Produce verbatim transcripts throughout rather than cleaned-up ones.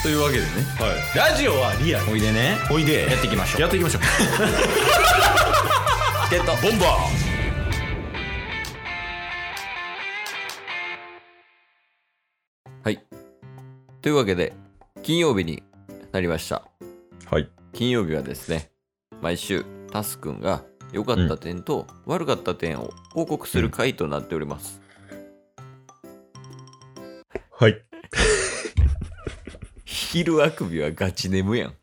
というわけでね、 はい、ラジオはリアル。 おいでね、 おいでやっていきましょう。 やっていきましょうゲットボンバー。はい、というわけで金曜日になりました。 はい、 金曜日はですね、毎週タスくんが良かった点と悪かった点を報告する回となっております、 うん、はい昼あくびはガチ眠やん。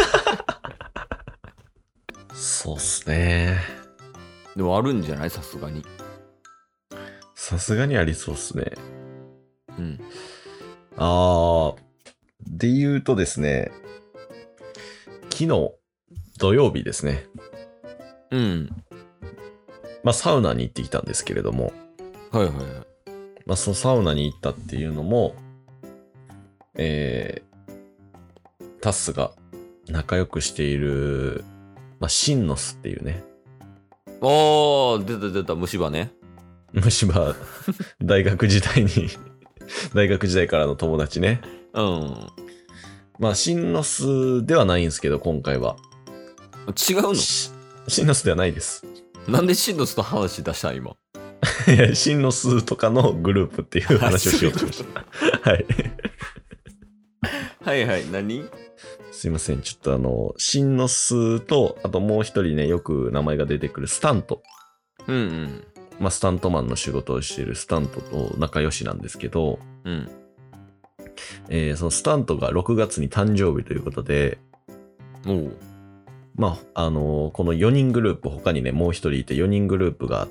そうっすね。 でもあるんじゃない？さすがにさすがにありそうっすね。 うん。 あーで言うとですね、昨日土曜日ですね。 うん。 まあサウナに行ってきたんですけれども、 はいはいはい。 まあそのサウナに行ったっていうのも、えー、タスが仲良くしている、まあシンノスっていうね。 あー、出た出た、虫歯ね。 虫歯、大学時代に、大学時代からの友達ね。 うん。 まあシンノスではないんですけど、今回は。 違うの？ シンノスではないです。 なんでシンノスの話出したん今？ いや、シンノスとかのグループっていう話をしようとしました。はい。 はいはい、何？ すいません。ちょっとあの、シンノスと、あともう一人ね、よく名前が出てくるスタント。 うんうん。 まあ、スタントマンの仕事をしているスタントと仲良しなんですけど、 うん。 えー、そのスタントがろくがつに誕生日ということで、 おう。 まあ、あのーこのよにんグループ、他にね、もう一人いてよにんグループがあって、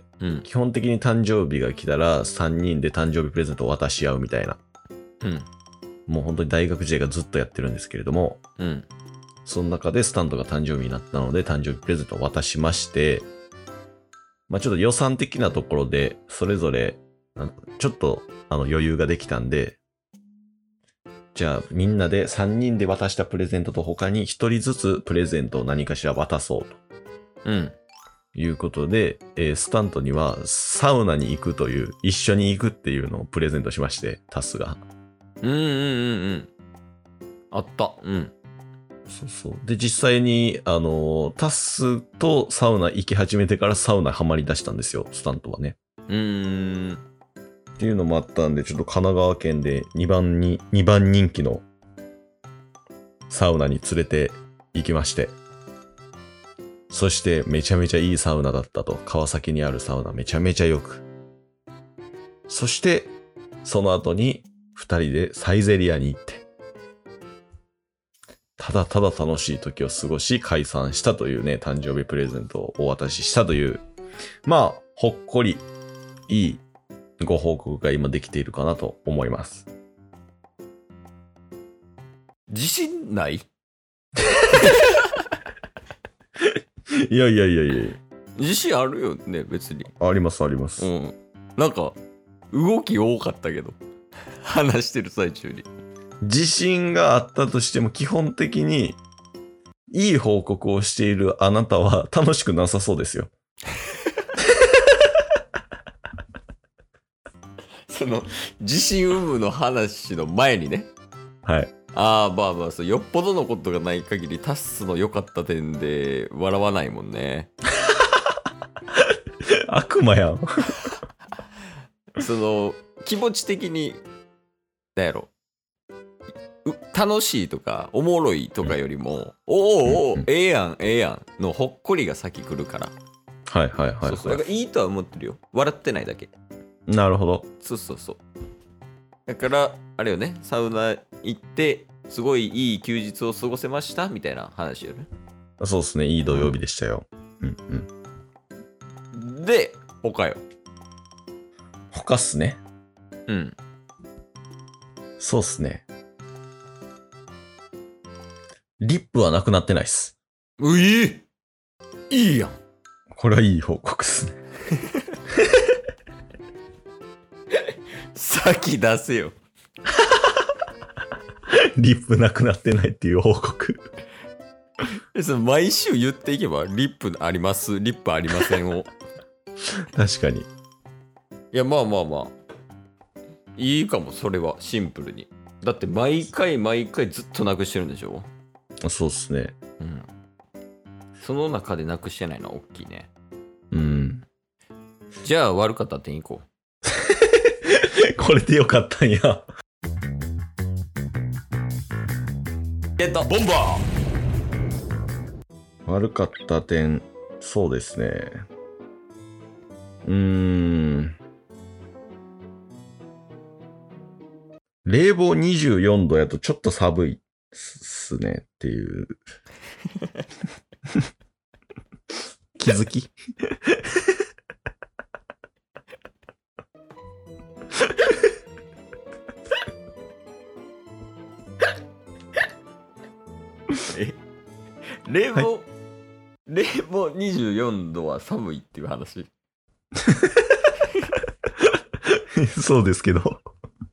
うん。 基本的に誕生日が来たらさんにんで誕生日プレゼントを渡し合うみたいな。 うん。 もう本当に大学時代がずっとやってるんですけれども、 うん。 その中でスタントが誕生日になったので、誕生日プレゼントを渡しまして、まあちょっと予算的なところで、それぞれ、なんかちょっとあの余裕ができたんで、じゃあみんなでさんにんで渡したプレゼントと他にひとりずつプレゼントを何かしら渡そうと。 うん。 いうことで、えースタントにはサウナに行くという、一緒に行くっていうのをプレゼントしまして、タスが。 うんうんうんうん。あった。うん。 そうそう。で、実際に、あのータスとサウナ行き始めてからサウナハマり出したんですよ、スタントはね。 うーん。 っていうのもあったんで、ちょっと神奈川県でにばんに、にばん人気のサウナに連れて行きまして。そしてめちゃめちゃいいサウナだったと。川崎にあるサウナめちゃめちゃよく。そして、その後に二人でサイゼリアに行って、ただただ楽しい時を過ごし解散したというね、誕生日プレゼントをお渡ししたという、まあ、ほっこりいいご報告が今できているかなと思います。 自信ない？ いやいやいやいや自信あるよね、別に。 ありますあります。 うん。なんか、動き多かったけど。話してる最中に。 自信があったとしても基本的にいい報告をしているあなたは楽しくなさそうですよ。 その、自信有無の話の前にね。 はい。 ああ、まあまあそう、よっぽどのことがない限りタッスの良かった点で笑わないもんね。 悪魔やん。 その気持ち的になんやろ、楽しいとかおもろいとかよりも、うん、おーおー、ええやんええやんのほっこりが先来るから。 はいはいはい、はい、 そうそう、だからいいとは思ってるよ。笑ってないだけ。 なるほど。 そうそうそう。だからあれよね、サウナ行ってすごいいい休日を過ごせましたみたいな話よね。 そうですね、いい土曜日でしたよ。うんうん。で、他よ。 他っすね。 うん。 そうっすね。リップはなくなってないっす。 ういいいやん。 これはいい報告っすね。 先出せよ。 リップなくなってないっていう報告。 その毎週言っていけば、リップあります、リップありませんを。 確かに。 いや、まあまあまあ。いいかも、それは、シンプルに。 だって毎回毎回ずっとなくしてるんでしょ。 そうっすね。 うん。その中でなくしてないのは大きいね。 うん。 じゃあ悪かった点いこう。 これでよかったんや。 ゲットボンバー。悪かった点、そうですね。うーん。冷房にじゅうよんどやとちょっと寒いっすねっていう。気づきえ冷房、 はい、 冷房にじゅうよんどは寒いっていう話。 そうですけど。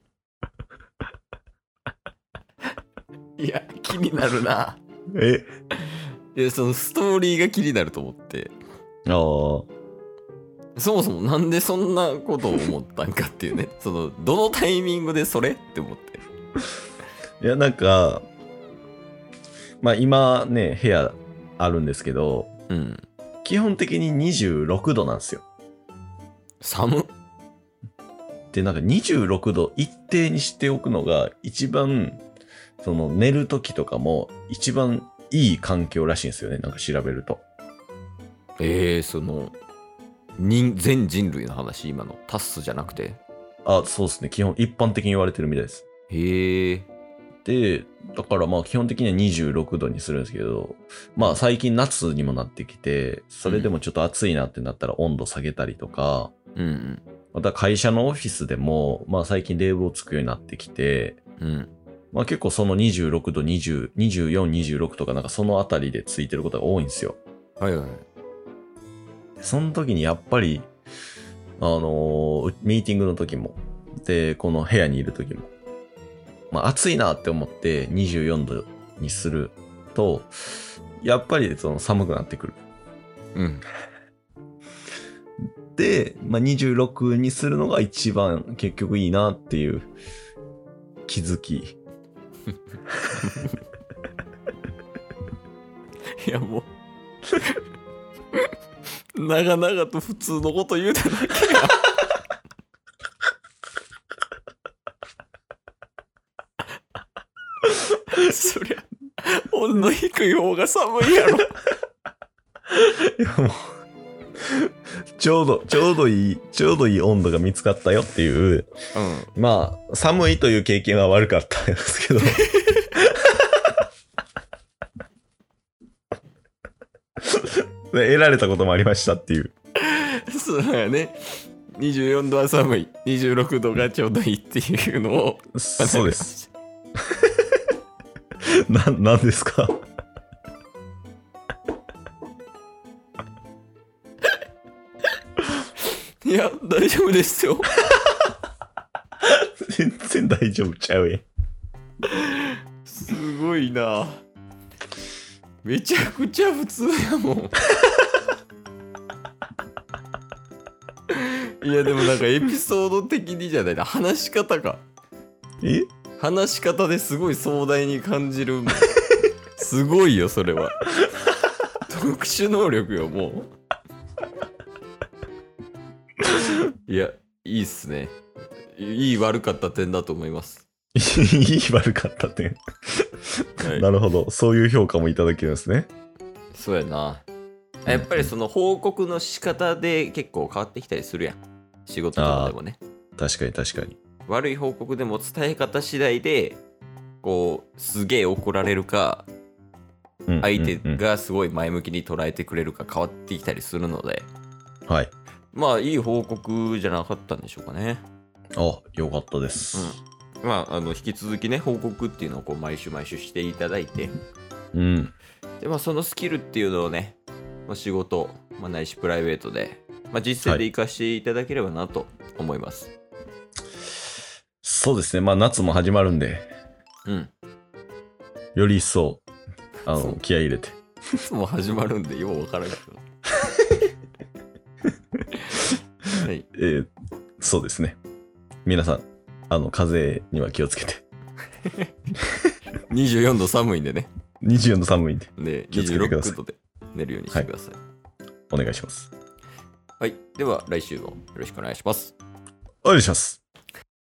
いや気になるな。 えいやそのストーリーが気になると思って。 ああ。 そもそもなんでそんなことを思ったんかっていうね。そのどのタイミングでそれって思って。 いやなんかまあ今ね部屋あるんですけど、 うん、 基本的ににじゅうろくどなんですよ。 寒っ。 でなんかにじゅうろくど一定にしておくのが一番その寝る時とかも一番いい環境らしいんですよね。なんか調べると。 えー、その人全人類の話今のタスじゃなくて。 あ、そうですね。基本一般的に言われてるみたいです。 へえ。 で、だからまあ基本的にはにじゅうろくどにするんですけど、まあ最近夏にもなってきて、それでもちょっと暑いなってなったら温度下げたりとか、 うんうん、 また会社のオフィスでも、まあ最近冷房つくようになってきて、 うん、 まあ結構そのにじゅうろくど、にじゅう、にじゅうよん、にじゅうろくとかなんかそのあたりでついてることが多いんですよ。 はいはい。 その時にやっぱり、あのー、ミーティングの時も、で、この部屋にいる時も、まあ暑いなって思ってにじゅうよんどにすると、やっぱりその寒くなってくる。 うん。 で、まあにじゅうろくにするのが一番結局いいなっていう気づき。 いやもう長々と普通のこと言うただけや。そりゃ温度低い方が寒いやろ。 いやもうちょうどちょうどいいちょうどいい温度が見つかったよっていう、うん、まあ寒いという経験は悪かったんですけど。得られたこともありましたっていう。 そうだよね。にじゅうよんどは寒い、にじゅうろくどがちょうどいいっていうのを。 そうです。な、なんですか。 いや大丈夫ですよ。 全然大丈夫ちゃうやん。 すごいな。めちゃくちゃ普通やもん。いやでもなんかエピソード的にじゃないな、話し方か。 え話し方ですごい壮大に感じる。すごいよそれは。特殊能力よもう。いやいいっすね。いい悪かった点だと思います。 いい悪かった点。はい、なるほど、そういう評価もいただけるんですね。 そうやな。やっぱりその報告の仕方で結構変わってきたりするやん、仕事とかでもね。 確かに確かに。 悪い報告でも伝え方次第でこうすげえ怒られるか、相手がすごい前向きに捉えてくれるか変わってきたりするので、 はい、 まあいい報告じゃなかったんでしょうかね。 あ、よかったです。 うん、まああの引き続きね報告っていうのをこう毎週毎週していただいて、 うん、 でまあそのスキルっていうのをね、まあ、仕事、まあ、ないしプライベートで、まあ、実践で活かしていただければなと思います。はい、 そうですね。まあ夏も始まるんで、 うん、 より一層あの気合い入れて。 いつも始まるんでよう分からないけど。はい、 えー、そうですね。皆さんあの風邪には気をつけて。 にじゅうよんど寒いんでね。 にじゅうよんど寒いんで、 で、 気をつけてくださいにじゅうろくどで寝るようにしてください。 お願いします。 はい。では、来週もよろしくお願いします。 お願いします。